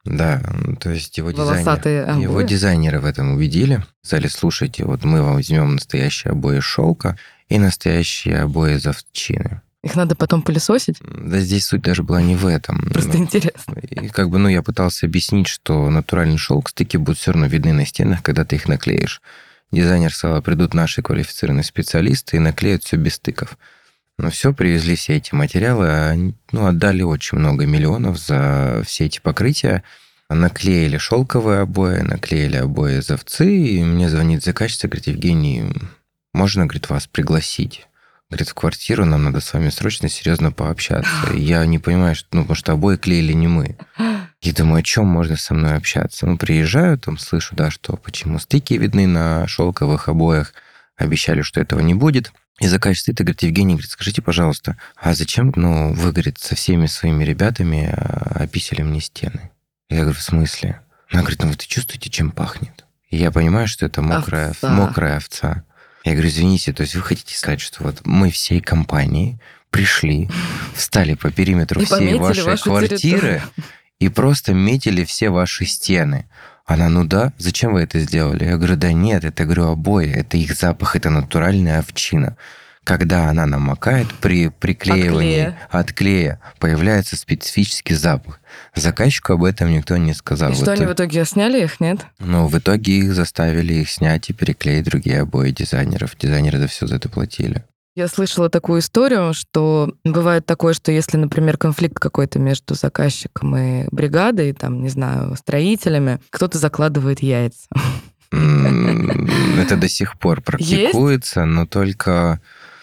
Да, то есть его Волосатые обои? дизайнеры в этом убедили. Сказали, слушайте, вот мы вам возьмем настоящие обои из шелка и настоящие обои из овчины. Их надо потом пылесосить? Да здесь суть даже была не в этом. Просто интересно. И я пытался объяснить, что натуральный шелк, стыки будут все равно видны на стенах, когда ты их наклеишь. Дизайнер сказал, придут наши квалифицированные специалисты и наклеят все без стыков. Но все, привезли все эти материалы, отдали очень много миллионов за все эти покрытия. Наклеили шелковые обои, наклеили обои из овцы, и мне звонит заказчица, говорит, Евгений, можно, говорит, вас пригласить? Говорит, в квартиру, нам надо с вами срочно, серьезно пообщаться. И я не понимаю, потому что обои клеили не мы. И думаю, о чем можно со мной общаться? Приезжаю, там слышу, да, что почему стыки видны на шелковых обоях, обещали, что этого не будет. И заказчик стоит и говорит, Евгений, говорит, скажите, пожалуйста, а зачем, вы, говорит, со всеми своими ребятами описали мне стены? Я говорю, в смысле? Она говорит, вы чувствуете, чем пахнет? И я понимаю, что это мокрая овца. Я говорю, извините, то есть вы хотите сказать, что вот мы всей компанией пришли, встали по периметру всей вашей квартиры и просто метили все ваши стены. Она, да, зачем вы это сделали? Я говорю, да нет, это, говорю, обои, это их запах, это натуральная овчина. Когда она намокает, при приклеивании от клея появляется специфический запах. Заказчику об этом никто не сказал. И что, они в итоге сняли их, нет? В итоге их заставили их снять и переклеить другие обои дизайнеров. Дизайнеры за это платили. Я слышала такую историю, что бывает такое, что если, например, конфликт какой-то между заказчиком и бригадой, там, не знаю, строителями, кто-то закладывает яйца. Это до сих пор практикуется, но только...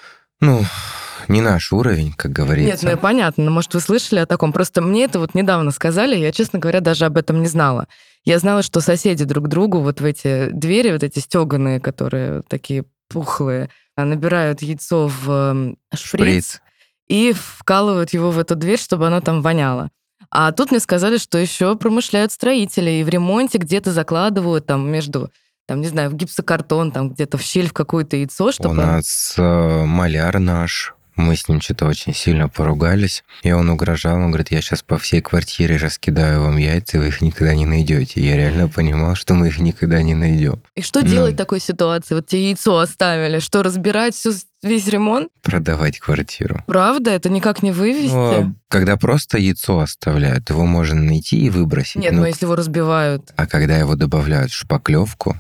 не наш уровень, как говорится. Нет, понятно, может, вы слышали о таком. Просто мне это недавно сказали, я, честно говоря, даже об этом не знала. Я знала, что соседи друг другу вот в эти двери, вот эти стёганые, которые такие пухлые, набирают яйцо в шприц и вкалывают его в эту дверь, чтобы оно там воняло. А тут мне сказали, что еще промышляют строители, и в ремонте где-то закладывают там между... в гипсокартон, там где-то в щель в какое-то яйцо, чтобы... У нас маляр наш, мы с ним что-то очень сильно поругались, и он угрожал, он говорит, я сейчас по всей квартире раскидаю вам яйца, вы их никогда не найдете. Я реально понимал, что мы их никогда не найдем. И что делать в такой ситуации? Вот тебе яйцо оставили, что, разбирать весь ремонт? Продавать квартиру. Правда? Это никак не вывести? Когда просто яйцо оставляют, его можно найти и выбросить. Нет, но если его разбивают... А когда его добавляют в шпаклевку,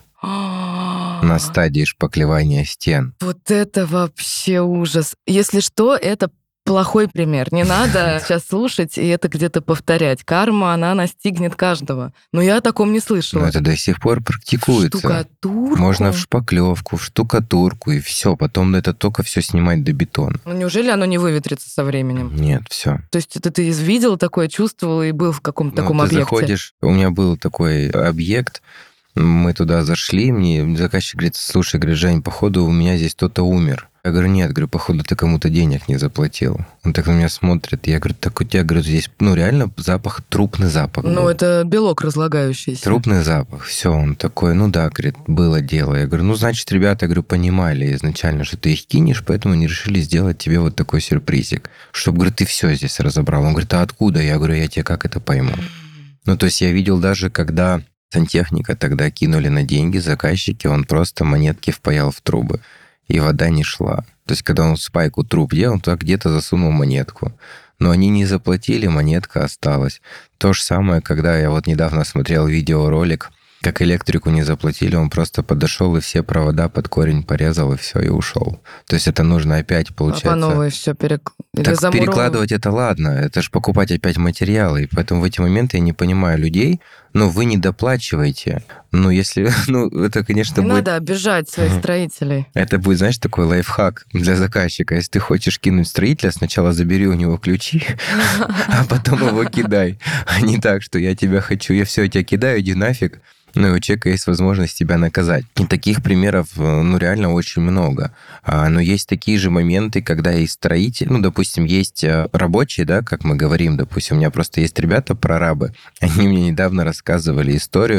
на стадии шпаклевания стен. Вот это вообще ужас. Если что, это плохой пример. Не надо сейчас слушать и это где-то повторять. Карма, она настигнет каждого. Но я о таком не слышала. Но это до сих пор практикуется. Штукатурку? Можно в шпаклевку, в штукатурку, и все. Потом это только все снимать до бетона. Неужели оно не выветрится со временем? Нет, все. То есть это ты видел такое, чувствовал и был в каком-то таком ты объекте? Заходишь, у меня был такой объект, мы туда зашли, мне заказчик говорит, слушай, говорит, Жень, походу у меня здесь кто-то умер. Я говорю, нет, говорю, походу ты кому-то денег не заплатил. Он так на меня смотрит, я говорю, так у тебя, говорю, здесь, реально запах, трупный запах. Это белок разлагающийся. Трупный запах, все, он такой, да, говорит, было дело. Я говорю, значит, ребята, говорю, понимали изначально, что ты их кинешь, поэтому они решили сделать тебе вот такой сюрпризик, чтобы, говорю, ты все здесь разобрал. Он говорит, а откуда? Я говорю, я тебе как это пойму? То есть я видел даже, когда... Сантехника тогда кинули на деньги заказчики, он просто монетки впаял в трубы, и вода не шла. То есть, когда он спайку труб делал, он туда где-то засунул монетку. Но они не заплатили, монетка осталась. То же самое, когда я недавно смотрел видеоролик, как электрику не заплатили, он просто подошел и все провода под корень порезал, и все, и ушел. То есть это нужно опять, получается... По новой все перекладывать это ладно, это же покупать опять материалы. И поэтому в эти моменты я не понимаю людей, вы не доплачиваете. Если... это, конечно, не будет... надо обижать своих строителей. Это будет, знаешь, такой лайфхак для заказчика. Если ты хочешь кинуть строителя, сначала забери у него ключи, а потом его кидай. А не так, что я тебя хочу, я все тебя кидаю, иди нафиг. И у человека есть возможность тебя наказать. И таких примеров, реально очень много. Но есть такие же моменты, когда и строитель, допустим, есть рабочие, да, как мы говорим, допустим, у меня просто есть ребята, прорабы, они мне недавно рассказывали историю,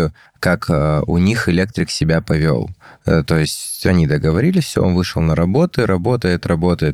как у них электрик себя повел. То есть они договорились, все, он вышел на работу, работает,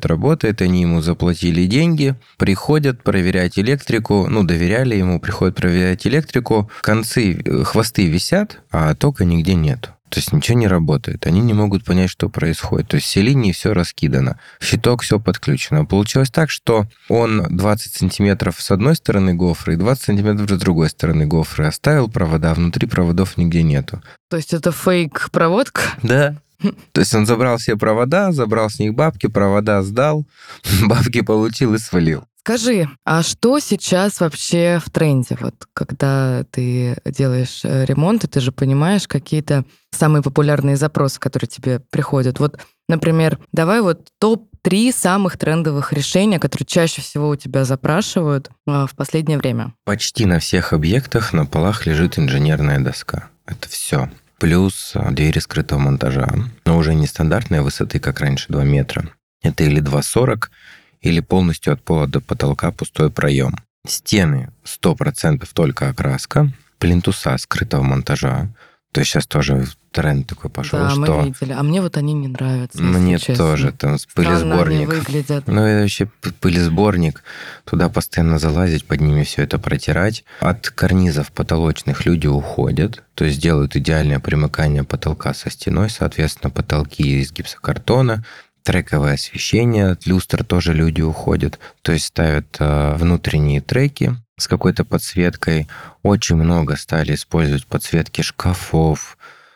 они ему заплатили деньги, приходят проверять электрику, доверяли ему, приходят проверять электрику, хвосты висят, а тока нигде нет. То есть ничего не работает. Они не могут понять, что происходит. То есть все линии, все раскидано. В щиток все подключено. Получилось так, что он 20 сантиметров с одной стороны гофры и 20 сантиметров с другой стороны гофры оставил провода, внутри проводов нигде нету. То есть это фейк-проводка? Да. То есть он забрал все провода, забрал с них бабки, провода сдал, бабки получил и свалил. Скажи, а что сейчас вообще в тренде? Вот когда ты делаешь ремонт, и ты же понимаешь какие-то самые популярные запросы, которые тебе приходят. Вот, например, давай вот топ-3 самых трендовых решения, которые чаще всего у тебя запрашивают в последнее время. Почти на всех объектах на полах лежит инженерная доска. Это все. Плюс двери скрытого монтажа. Но уже не стандартной высоты, как раньше, 2 метра. Это или 2,40, или полностью от пола до потолка пустой проем. Стены 100% только окраска, плинтуса скрытого монтажа. То есть сейчас тоже тренд такой пошел, да, что... мы видели. А мне вот они не нравятся. Мне честно. тоже, там пылесборник. Они выглядят. Это вообще пылесборник. Туда постоянно залазить, под ними все это протирать. От карнизов потолочных люди уходят, то есть делают идеальное примыкание потолка со стеной, соответственно, потолки из гипсокартона, трековое освещение, от люстр тоже люди уходят, то есть ставят внутренние треки с какой-то подсветкой. Очень много стали использовать подсветки шкафов,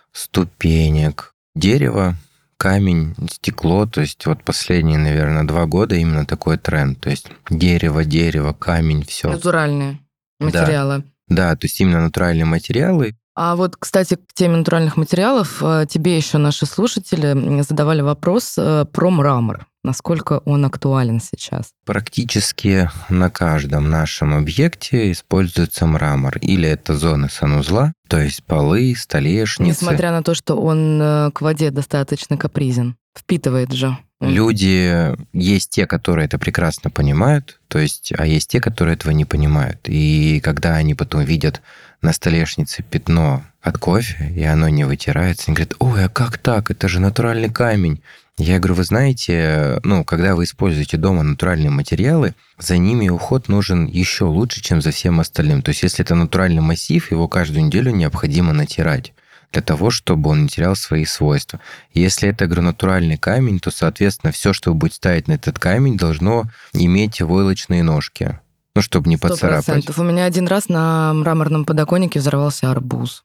ступенек, дерево, камень, стекло. То есть вот последние, наверное, 2 года именно такой тренд. То есть дерево, камень, все. Натуральные материалы. Да, то есть именно натуральные материалы. А вот, кстати, к теме натуральных материалов, тебе еще наши слушатели задавали вопрос про мрамор. Насколько он актуален сейчас? Практически на каждом нашем объекте используется мрамор. Или это зоны санузла, то есть полы, столешницы. Несмотря на то, что он к воде достаточно капризен. Впитывает же. Люди, есть те, которые это прекрасно понимают, то есть, а есть те, которые этого не понимают. И когда они потом видят на столешнице пятно от кофе, и оно не вытирается, они говорят: ой, а как так? Это же натуральный камень. Я говорю: вы знаете, когда вы используете дома натуральные материалы, за ними уход нужен еще лучше, чем за всем остальным. То есть, если это натуральный массив, его каждую неделю необходимо натирать для того, чтобы он не терял свои свойства. Если это, говорю, натуральный камень, то, соответственно, все, что вы будете ставить на этот камень, должно иметь войлочные ножки, чтобы не поцарапать. 100%. У меня один раз на мраморном подоконнике взорвался арбуз.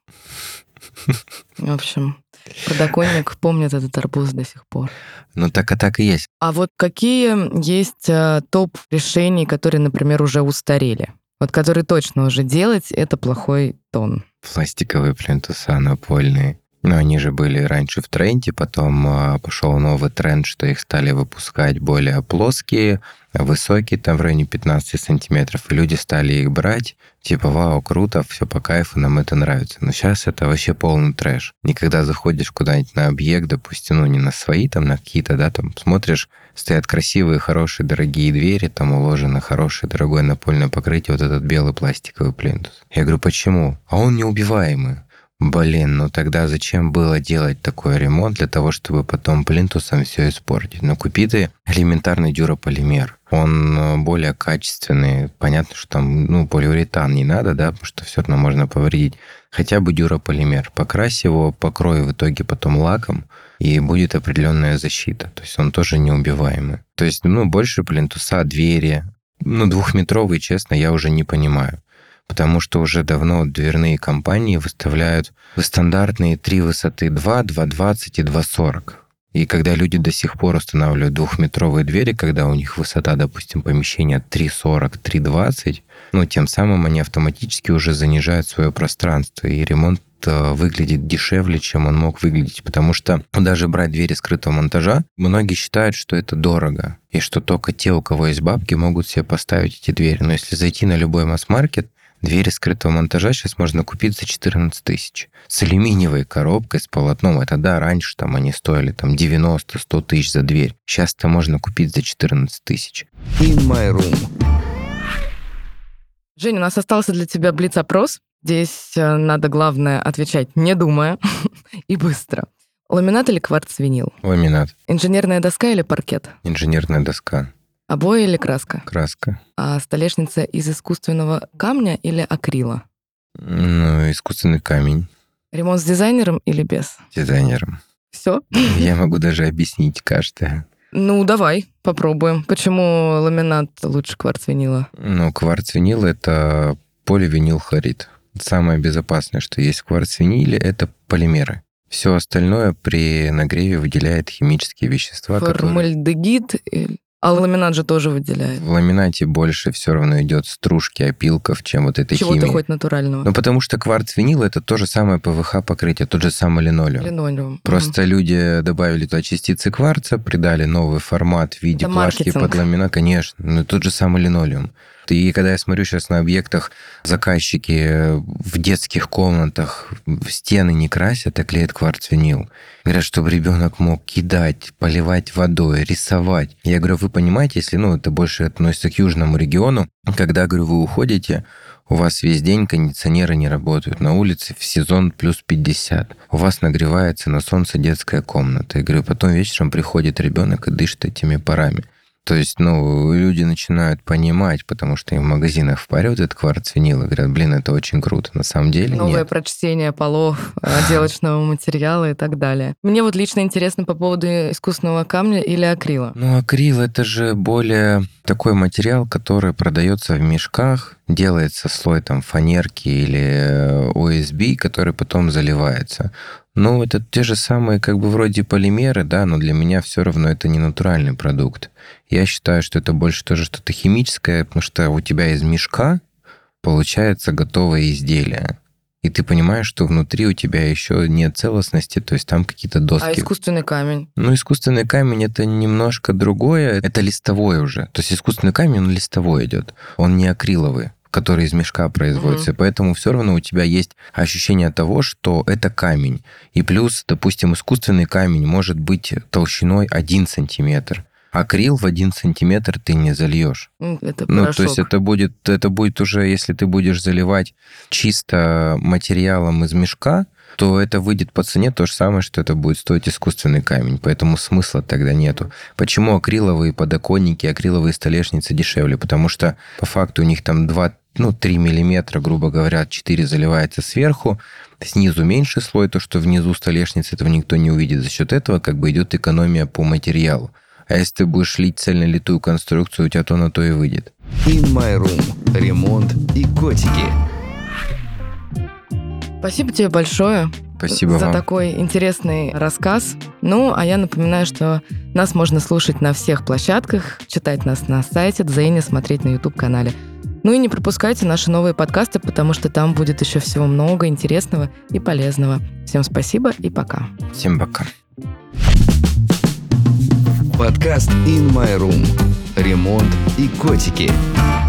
В общем, подоконник помнит этот арбуз до сих пор. Так и есть. А вот какие есть топ решений, которые, например, уже устарели? Вот которые точно уже делать, это плохой тон. Пластиковые плинтуса напольные. Они же были раньше в тренде, потом пошел новый тренд, что их стали выпускать более плоские, высокие, там в районе 15 сантиметров, и люди стали их брать, типа: вау, круто, все по кайфу, нам это нравится. Но сейчас это вообще полный трэш. И когда заходишь куда-нибудь на объект, допустим, не на свои, там на какие-то, там смотришь, стоят красивые, хорошие, дорогие двери, там уложено хорошее, дорогое напольное покрытие, вот этот белый пластиковый плинтус. Я говорю: почему? А он неубиваемый. Блин, тогда зачем было делать такой ремонт для того, чтобы потом плинтусом все испортить? Купи ты элементарный дюрополимер. Он более качественный. Понятно, что там, полиуретан не надо, да, потому что все равно можно повредить. Хотя бы дюрополимер. Покрась его, покрой в итоге потом лаком, и будет определенная защита. То есть он тоже неубиваемый. То есть, больше плинтуса, двери. 2-метровые, честно, я уже не понимаю. Потому что уже давно дверные компании выставляют стандартные 3 высоты: 2, 2,20 и 2,40. И когда люди до сих пор устанавливают 2-метровые двери, когда у них высота, допустим, помещения 3,40, 3,20, тем самым они автоматически уже занижают свое пространство, и ремонт выглядит дешевле, чем он мог выглядеть. Потому что даже брать двери скрытого монтажа, многие считают, что это дорого, и что только те, у кого есть бабки, могут себе поставить эти двери. Но если зайти на любой масс-маркет, двери скрытого монтажа сейчас можно купить за 14 тысяч. С алюминиевой коробкой, с полотном. Это да, раньше они стоили 90-100 тысяч за дверь. Сейчас это можно купить за 14 тысяч. In My Room. Женя, у нас остался для тебя блиц-опрос. Здесь надо, главное, отвечать не думая и быстро. Ламинат или кварц-винил? Ламинат. Инженерная доска или паркет? Инженерная доска. Обои или краска? Краска. А столешница из искусственного камня или акрила? Искусственный камень. Ремонт с дизайнером или без? Дизайнером. Все? Я могу даже объяснить каждое. Давай, попробуем. Почему ламинат лучше кварц-винила? Кварц-винил — это поливинилхлорид. Самое безопасное, что есть в кварц-виниле, это полимеры. Все остальное при нагреве выделяет химические вещества, Формальдегид? А ламинат же тоже выделяет. В ламинате больше все равно идет стружки, опилков, чем вот этой химии. Чего-то хоть натурального. Потому что кварц-винил — это то же самое ПВХ-покрытие, тот же самый линолеум. Линолеум. Просто люди добавили туда частицы кварца, придали новый формат в виде плашки под ламинат. Конечно, тот же самый линолеум. И когда я смотрю сейчас на объектах, заказчики в детских комнатах стены не красят, а клеят кварц-винил. Говорят, чтобы ребенок мог кидать, поливать водой, рисовать. Я говорю, вы понимаете, если это больше относится к южному региону, когда, говорю, вы уходите, у вас весь день кондиционеры не работают. На улице в сезон плюс 50. У вас нагревается на солнце детская комната. Я говорю, потом вечером приходит ребенок и дышит этими парами. То есть, люди начинают понимать, потому что им в магазинах впаривают этот кварц-винил и говорят, это очень круто. На самом деле Новое нет. прочтение полов, отделочного материала и так далее. Мне лично интересно по поводу искусственного камня или акрила. Акрил — это же более такой материал, который продается в мешках, делается слой фанерки или OSB, который потом заливается. Это те же самые, вроде полимеры, да, но для меня все равно это не натуральный продукт. Я считаю, что это больше тоже что-то химическое, потому что у тебя из мешка получается готовое изделие. И ты понимаешь, что внутри у тебя еще нет целостности, то есть там какие-то доски. А искусственный камень? Искусственный камень — это немножко другое, это листовой уже. То есть искусственный камень, он листовой идет, он не акриловый, который из мешка производится. Поэтому все равно у тебя есть ощущение того, что это камень. И плюс, допустим, искусственный камень может быть толщиной 1 сантиметр. Акрил в 1 сантиметр ты не зальешь. Это порошок. То есть это будет уже, если ты будешь заливать чисто материалом из мешка, то это выйдет по цене то же самое, что это будет стоить искусственный камень. Поэтому смысла тогда нету. Почему акриловые подоконники, акриловые столешницы дешевле? Потому что по факту у них там 3 миллиметра, грубо говоря, 4 заливается сверху, снизу меньше слой, то, что внизу столешницы, этого никто не увидит. За счет этого идет экономия по материалу. А если ты будешь лить цельнолитую конструкцию, у тебя то на то и выйдет. In My Room. Ремонт и котики. Спасибо тебе большое. Спасибо за вам. такой интересный рассказ. А я напоминаю, что нас можно слушать на всех площадках, читать нас на сайте Дзене, смотреть на YouTube-канале. И не пропускайте наши новые подкасты, потому что там будет еще всего много интересного и полезного. Всем спасибо и пока. Всем пока. Подкаст In My Room. Ремонт и котики.